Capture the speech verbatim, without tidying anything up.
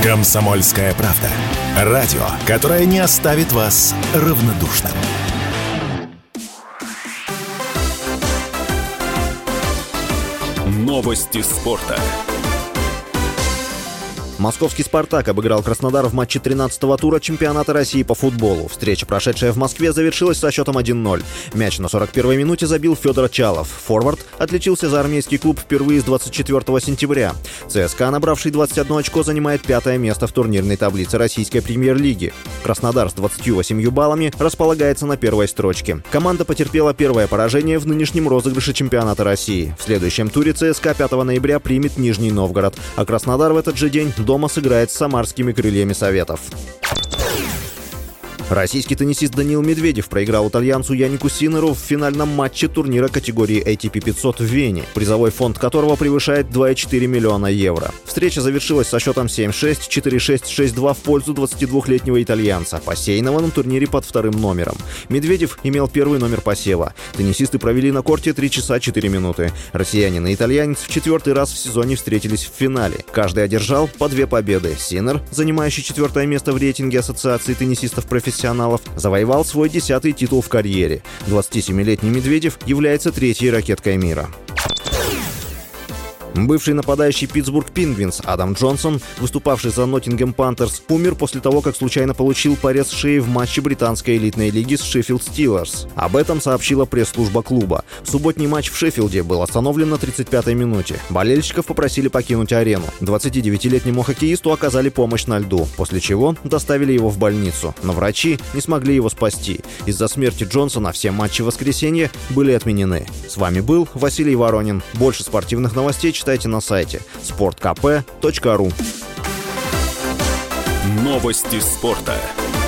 «Комсомольская правда». Радио, которое не оставит вас равнодушным. Новости спорта. Московский «Спартак» обыграл Краснодар в матче тринадцатого тура чемпионата России по футболу. Встреча, прошедшая в Москве, завершилась со счетом один ноль. Мяч на сорок первой минуте забил Федор Чалов. Форвард отличился за армейский клуб впервые с двадцать четвёртого сентября. ЦСКА, набравший двадцать одно очко, занимает пятое место в турнирной таблице российской премьер-лиги. Краснодар с двадцатью восемью баллами располагается на первой строчке. Команда потерпела первое поражение в нынешнем розыгрыше чемпионата России. В следующем туре ЦСКА пятого ноября примет Нижний Новгород, а Краснодар в этот же день дома сыграет с самарскими крыльями Советов. Российский теннисист Даниил Медведев проиграл итальянцу Янику Синнеру в финальном матче турнира категории эй ти пи пятьсот в Вене, призовой фонд которого превышает два и четыре миллиона евро. Встреча завершилась со счетом семь шесть, четыре шесть, шесть два в пользу двадцатидвухлетнего итальянца, посеянного на турнире под вторым номером. Медведев имел первый номер посева. Теннисисты провели на корте три часа четыре минуты. Россиянин и итальянец в четвертый раз в сезоне встретились в финале. Каждый одержал по две победы. Синнер, занимающий четвертое место в рейтинге Ассоциации теннисистов-профессионалов, завоевал свой десятый титул в карьере. двадцатисемилетний Медведев является третьей ракеткой мира. Бывший нападающий Питтсбург Пингвинс Адам Джонсон, выступавший за Ноттингем Пантерс, умер после того, как случайно получил порез шеи в матче британской элитной лиги с Шеффилд Стиллерс. Об этом сообщила пресс-служба клуба. Субботний матч в Шеффилде был остановлен на тридцать пятой минуте. Болельщиков попросили покинуть арену. двадцатидевятилетнему хоккеисту оказали помощь на льду, после чего доставили его в больницу. Но врачи не смогли его спасти. Из-за смерти Джонсона все матчи воскресенья были отменены. С вами был Василий Воронин. Больше спортивных новостей читайте на сайте спорт кэ пэ точка ру. Новости спорта.